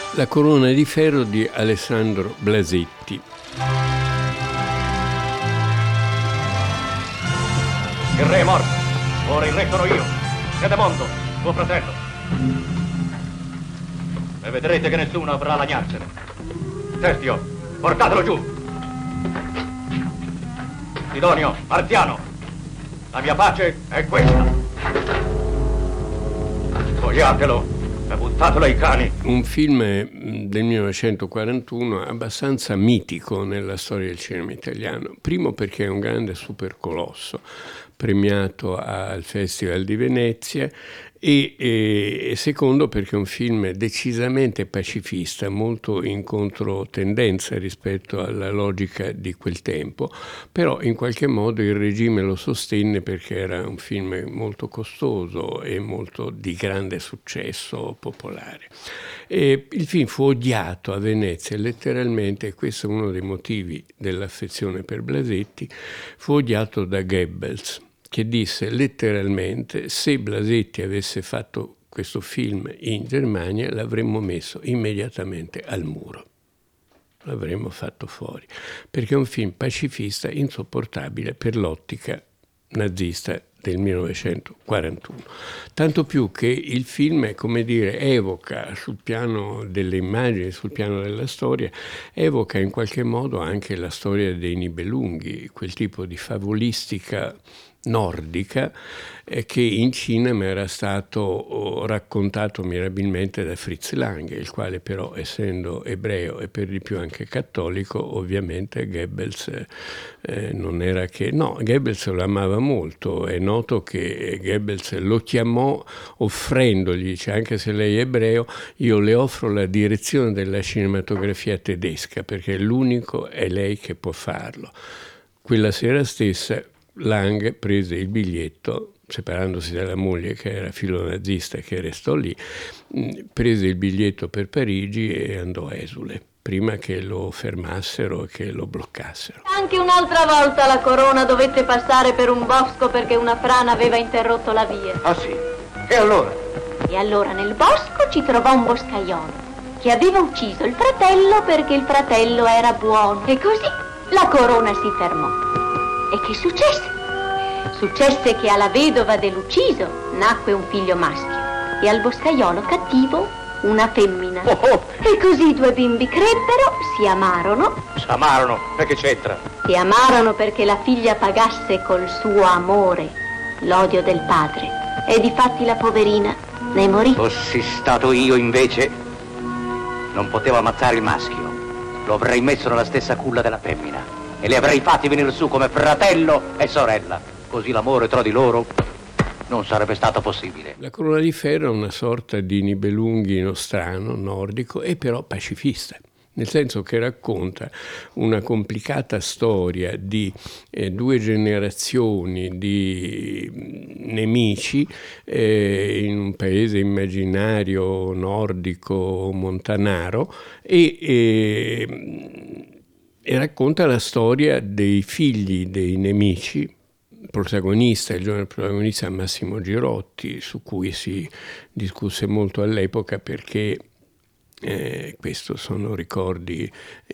La corona di ferro di Alessandro Blasetti. Il re è morto, ora il re sono io, Edemondo, tuo fratello. E vedrete che nessuno avrà lagnarsene. Testio, portatelo giù. Sidonio, Marziano, la mia pace è questa. Togliatelo e buttatelo ai cani. Un film del 1941 abbastanza mitico nella storia del cinema italiano. Primo perché è un grande supercolosso, premiato al Festival di Venezia, e secondo perché è un film decisamente pacifista, molto in controtendenza rispetto alla logica di quel tempo, però in qualche modo il regime lo sostenne perché era un film molto costoso e molto di grande successo popolare. E il film fu odiato a Venezia letteralmente, e questo è uno dei motivi dell'affezione per Blasetti, fu odiato da Goebbels, che disse letteralmente: se Blasetti avesse fatto questo film in Germania l'avremmo messo immediatamente al muro, l'avremmo fatto fuori, perché è un film pacifista insopportabile per l'ottica nazista del 1941. Tanto più che il film, come dire, evoca sul piano delle immagini, sul piano della storia, evoca in qualche modo anche la storia dei Nibelunghi, quel tipo di favolistica nordica che in cinema era stato raccontato mirabilmente da Fritz Lang, il quale però, essendo ebreo e per di più anche cattolico, ovviamente Goebbels non era che... No, Goebbels lo amava molto. È noto che Goebbels lo chiamò offrendogli, dice: anche se lei è ebreo, io le offro la direzione della cinematografia tedesca, perché l'unico è lei che può farlo. Quella sera stessa Lang prese il biglietto, separandosi dalla moglie che era filonazista, che restò lì, prese il biglietto per Parigi e andò a esule, prima che lo fermassero e che lo bloccassero. Anche un'altra volta la corona dovette passare per un bosco perché una frana aveva interrotto la via. Ah sì? E allora? E allora nel bosco ci trovò un boscaiolo che aveva ucciso il fratello perché il fratello era buono. E così la corona si fermò. E che successe? Successe che alla vedova dell'ucciso nacque un figlio maschio e al boscaiolo cattivo una femmina. E così i due bimbi crebbero, si amarono. Si amarono? E che c'entra? Si amarono perché la figlia pagasse col suo amore l'odio del padre. E difatti la poverina ne morì. Fossi stato io invece, non potevo ammazzare il maschio. Lo avrei messo nella stessa culla della femmina e li avrei fatti venire su come fratello e sorella. Così l'amore tra di loro non sarebbe stato possibile. La corona di ferro è una sorta di Nibelunghi nostrano, nordico, e però pacifista, nel senso che racconta una complicata storia di due generazioni di nemici in un paese immaginario nordico montanaro e racconta la storia dei figli dei nemici. Il giovane protagonista è Massimo Girotti, su cui si discusse molto all'epoca perché questo sono ricordi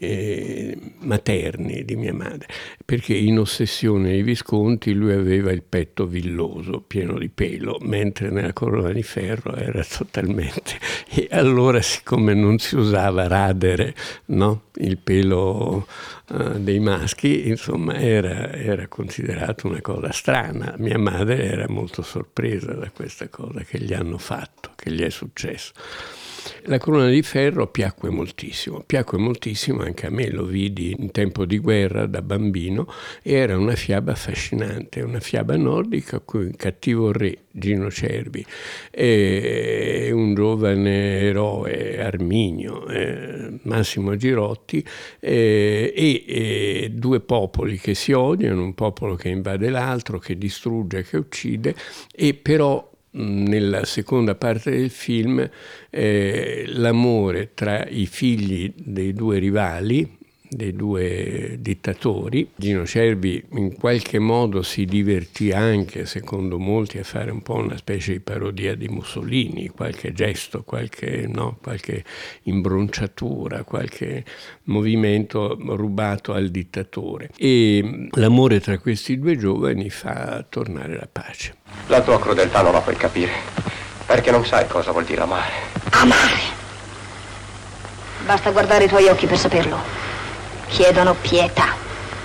materni di mia madre, perché in Ossessione dei Visconti lui aveva il petto villoso, pieno di pelo, mentre nella Corona di Ferro era totalmente... E allora, siccome non si usava radere, no? Il pelo dei maschi, insomma, era considerato una cosa strana. Mia madre era molto sorpresa da questa cosa che gli hanno fatto, che gli è successo. La Corona di Ferro piacque moltissimo anche a me, lo vidi in tempo di guerra da bambino e era una fiaba affascinante, una fiaba nordica con un cattivo re, Gino Cervi, e un giovane eroe, Arminio, Massimo Girotti, e due popoli che si odiano, un popolo che invade l'altro, che distrugge, che uccide, e però nella seconda parte del film l'amore tra i figli dei due rivali, dittatori. Gino Cervi in qualche modo si divertì anche, secondo molti, a fare un po' una specie di parodia di Mussolini, qualche gesto, qualche imbronciatura, qualche movimento rubato al dittatore. E l'amore tra questi due giovani fa tornare la pace. La tua crudeltà non la puoi capire, perché non sai cosa vuol dire amare. Amare? Basta guardare i tuoi occhi per saperlo. Chiedono pietà.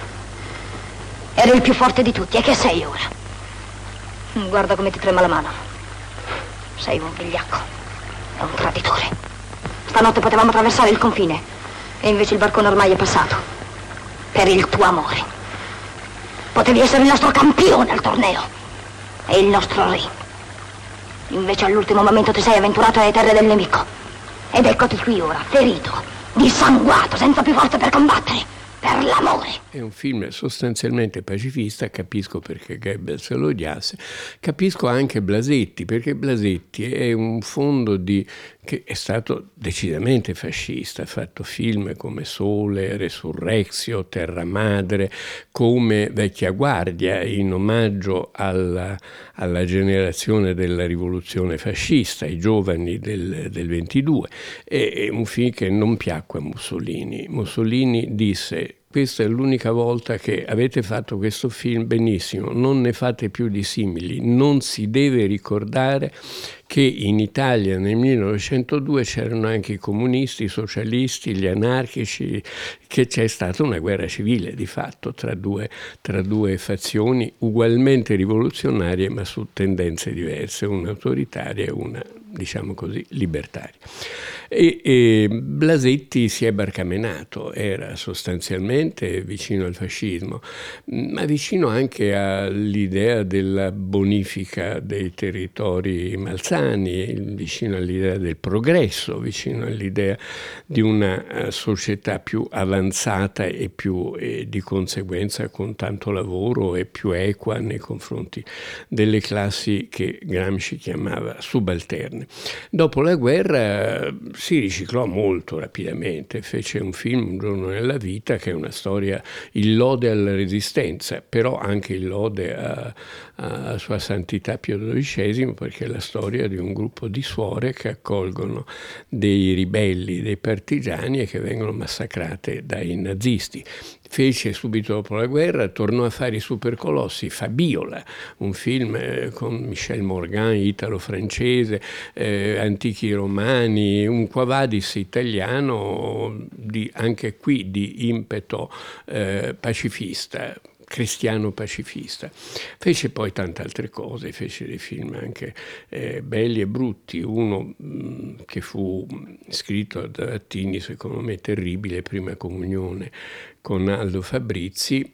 Eri il più forte di tutti, e che sei ora? Guarda come ti trema la mano. Sei un vigliacco, un traditore. Stanotte potevamo attraversare il confine, e invece il barcone ormai è passato. Per il tuo amore. Potevi essere il nostro campione al torneo, e il nostro re. Invece all'ultimo momento ti sei avventurato alle terre del nemico. Ed eccoti qui ora, ferito, dissanguato, senza più forze per combattere, per l'amore. È un film sostanzialmente pacifista, capisco perché Goebbels lo odiasse, capisco anche Blasetti, perché Blasetti è un fondo che è stato decisamente fascista, ha fatto film come Sole, Resurrexio, Terra Madre, come Vecchia Guardia, in omaggio alla generazione della rivoluzione fascista, ai giovani del 22. È un film che non piacque a Mussolini. Mussolini disse: questa è l'unica volta che avete fatto questo film, benissimo, non ne fate più di simili, non si deve ricordare che in Italia nel 1902 c'erano anche i comunisti, i socialisti, gli anarchici, che c'è stata una guerra civile di fatto tra due fazioni ugualmente rivoluzionarie ma su tendenze diverse, una autoritaria e una, diciamo così, libertaria. E Blasetti si è barcamenato, era sostanzialmente vicino al fascismo, ma vicino anche all'idea della bonifica dei territori malsani, vicino all'idea del progresso, vicino all'idea di una società più avanzata e più di conseguenza con tanto lavoro e più equa nei confronti delle classi che Gramsci chiamava subalterne. Dopo la guerra si riciclò molto rapidamente, fece un film, Un giorno nella vita, che è una storia in lode alla resistenza, però anche in lode a Sua Santità Pio XII, perché è la storia di un gruppo di suore che accolgono dei ribelli, dei partigiani, e che vengono massacrate dai nazisti. Fece subito dopo la guerra, tornò a fare i Supercolossi, Fabiola, un film con Michel Morgan, italo-francese, antichi romani, un Quo Vadis italiano, anche qui di impeto pacifista, cristiano pacifista. Fece poi tante altre cose, fece dei film anche belli e brutti, uno che fu scritto da Attini, secondo me terribile, Prima Comunione, con Aldo Fabrizi,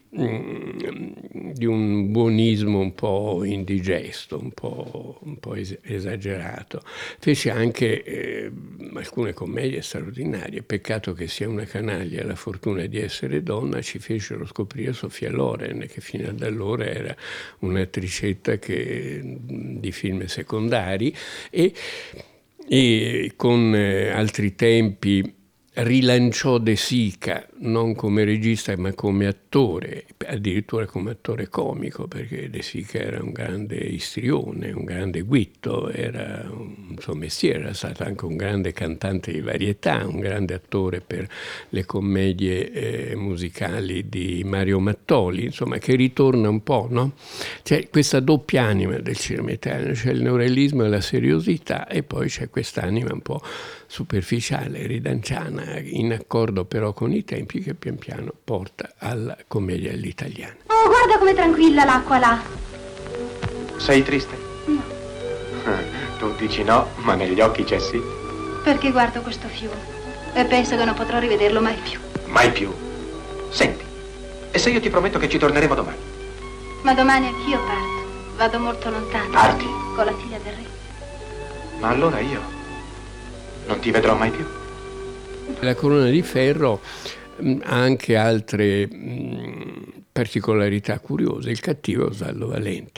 di un buonismo un po' indigesto, un po' esagerato. Fece anche alcune commedie straordinarie. Peccato che sia una canaglia, La fortuna di essere donna, ci fecero scoprire Sofia Loren, che fino ad allora era un'attricetta di film secondari, e con Altri tempi rilanciò De Sica non come regista ma come attore, addirittura come attore comico, perché De Sica era un grande istrione, un grande guitto, era un suo mestiere, era stato anche un grande cantante di varietà, un grande attore per le commedie musicali di Mario Mattoli, insomma, che ritorna un po', no? C'è questa doppia anima del cinema italiano, c'è il neorealismo e la seriosità, e poi c'è quest'anima un po' superficiale, ridanciana, in accordo però con i tempi, che pian piano porta alla commedia all'italiana. Oh, guarda com'è tranquilla l'acqua là. Sei triste? No. Tu dici no, ma negli occhi c'è sì. Perché guardo questo fiume e penso che non potrò rivederlo mai più. Mai più. Senti, e se io ti prometto che ci torneremo domani? Ma domani anch'io parto. Vado molto lontano. Parti? Con la figlia del re. Ma allora io non ti vedrò mai più. La Corona di Ferro ha anche altre particolarità curiose. Il cattivo è Osvaldo Valenti.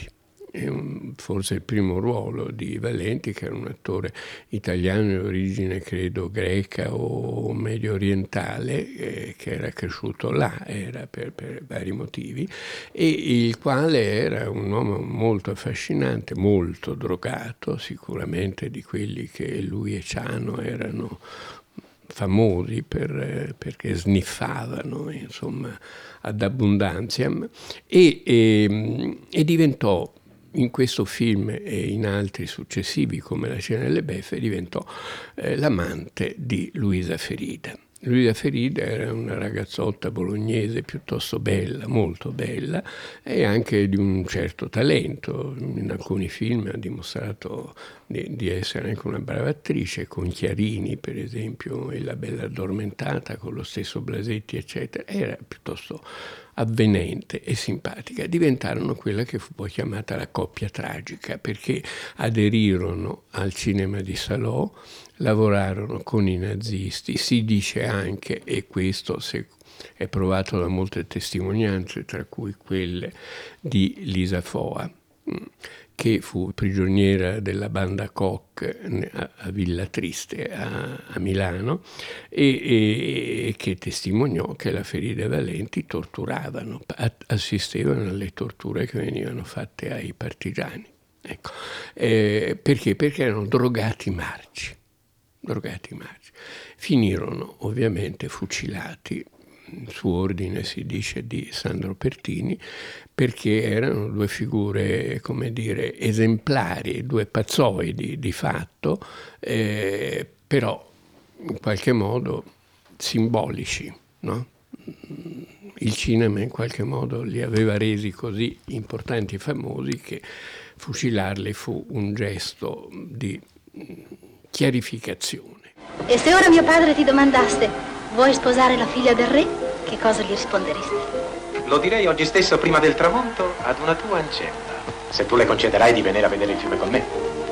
forse il primo ruolo di Valenti, che era un attore italiano di origine credo greca o medio orientale, che era cresciuto là, era per vari motivi, e il quale era un uomo molto affascinante, molto drogato, sicuramente di quelli che lui e Ciano erano famosi perché sniffavano, insomma, ad abbondantiam, e diventò, in questo film e in altri successivi come La cena delle beffe, diventò l'amante di Luisa Ferida. Luisa Ferida era una ragazzotta bolognese piuttosto bella, molto bella, e anche di un certo talento. In alcuni film ha dimostrato di essere anche una brava attrice, con Chiarini per esempio, e La bella addormentata con lo stesso Blasetti eccetera. Era piuttosto avvenente e simpatica. Diventarono quella che fu poi chiamata la coppia tragica, perché aderirono al cinema di Salò, lavorarono con i nazisti. Si dice anche, e questo è provato da molte testimonianze, tra cui quelle di Lisa Foa, che fu prigioniera della banda Koch a Villa Triste a Milano, e che testimoniò che la Ferida e Valenti torturavano, assistevano alle torture che venivano fatte ai partigiani. Ecco. Perché? Perché erano drogati marci. Finirono ovviamente fucilati, su ordine si dice di Sandro Pertini, perché erano due figure, come dire, esemplari, due pazzoidi di fatto, però in qualche modo simbolici, no? Il cinema in qualche modo li aveva resi così importanti e famosi che fucilarli fu un gesto di chiarificazione. E se ora mio padre ti domandaste: vuoi sposare la figlia del re? Che cosa gli risponderesti? Lo direi oggi stesso prima del tramonto ad una tua ancella, se tu le concederai di venire a vedere il fiume con me.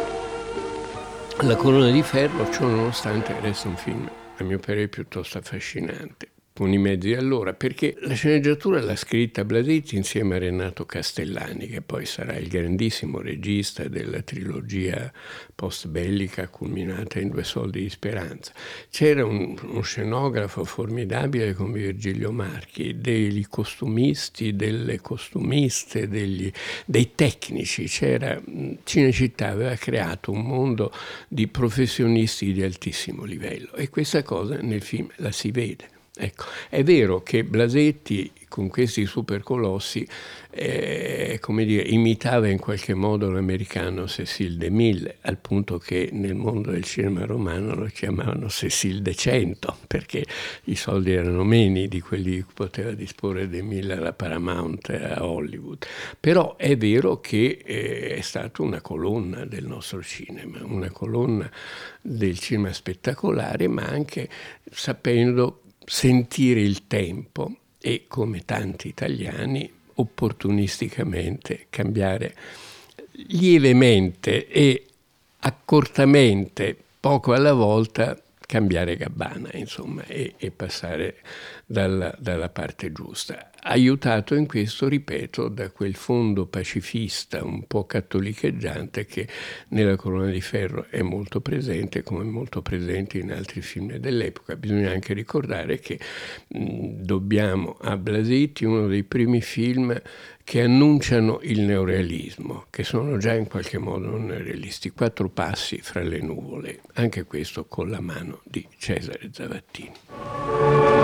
La Corona di Ferro, ciò nonostante, resta un film a mio parere piuttosto affascinante, con i mezzi allora, perché la sceneggiatura l'ha scritta Blasetti insieme a Renato Castellani, che poi sarà il grandissimo regista della trilogia post-bellica culminata in Due soldi di speranza. C'era uno scenografo formidabile come Virgilio Marchi, dei costumisti, delle costumiste, dei tecnici. Cinecittà aveva creato un mondo di professionisti di altissimo livello, e questa cosa nel film la si vede. Ecco, è vero che Blasetti con questi supercolossi come dire, imitava in qualche modo l'americano Cécile DeMille, al punto che nel mondo del cinema romano lo chiamavano Cécile de Cento, perché i soldi erano meno di quelli che poteva disporre DeMille alla Paramount a Hollywood. Però è vero che è stata una colonna del nostro cinema, una colonna del cinema spettacolare, ma anche sapendo sentire il tempo e, come tanti italiani, opportunisticamente cambiare lievemente e accortamente, poco alla volta, cambiare gabbana, insomma, e passare dalla parte giusta. Aiutato in questo, ripeto, da quel fondo pacifista un po' cattolicheggiante che nella Corona di Ferro è molto presente, come molto presente in altri film dell'epoca. Bisogna anche ricordare che dobbiamo a Blasetti uno dei primi film che annunciano il neorealismo, che sono già in qualche modo non neorealisti. 4 passi fra le nuvole, anche questo con la mano di Cesare Zavattini.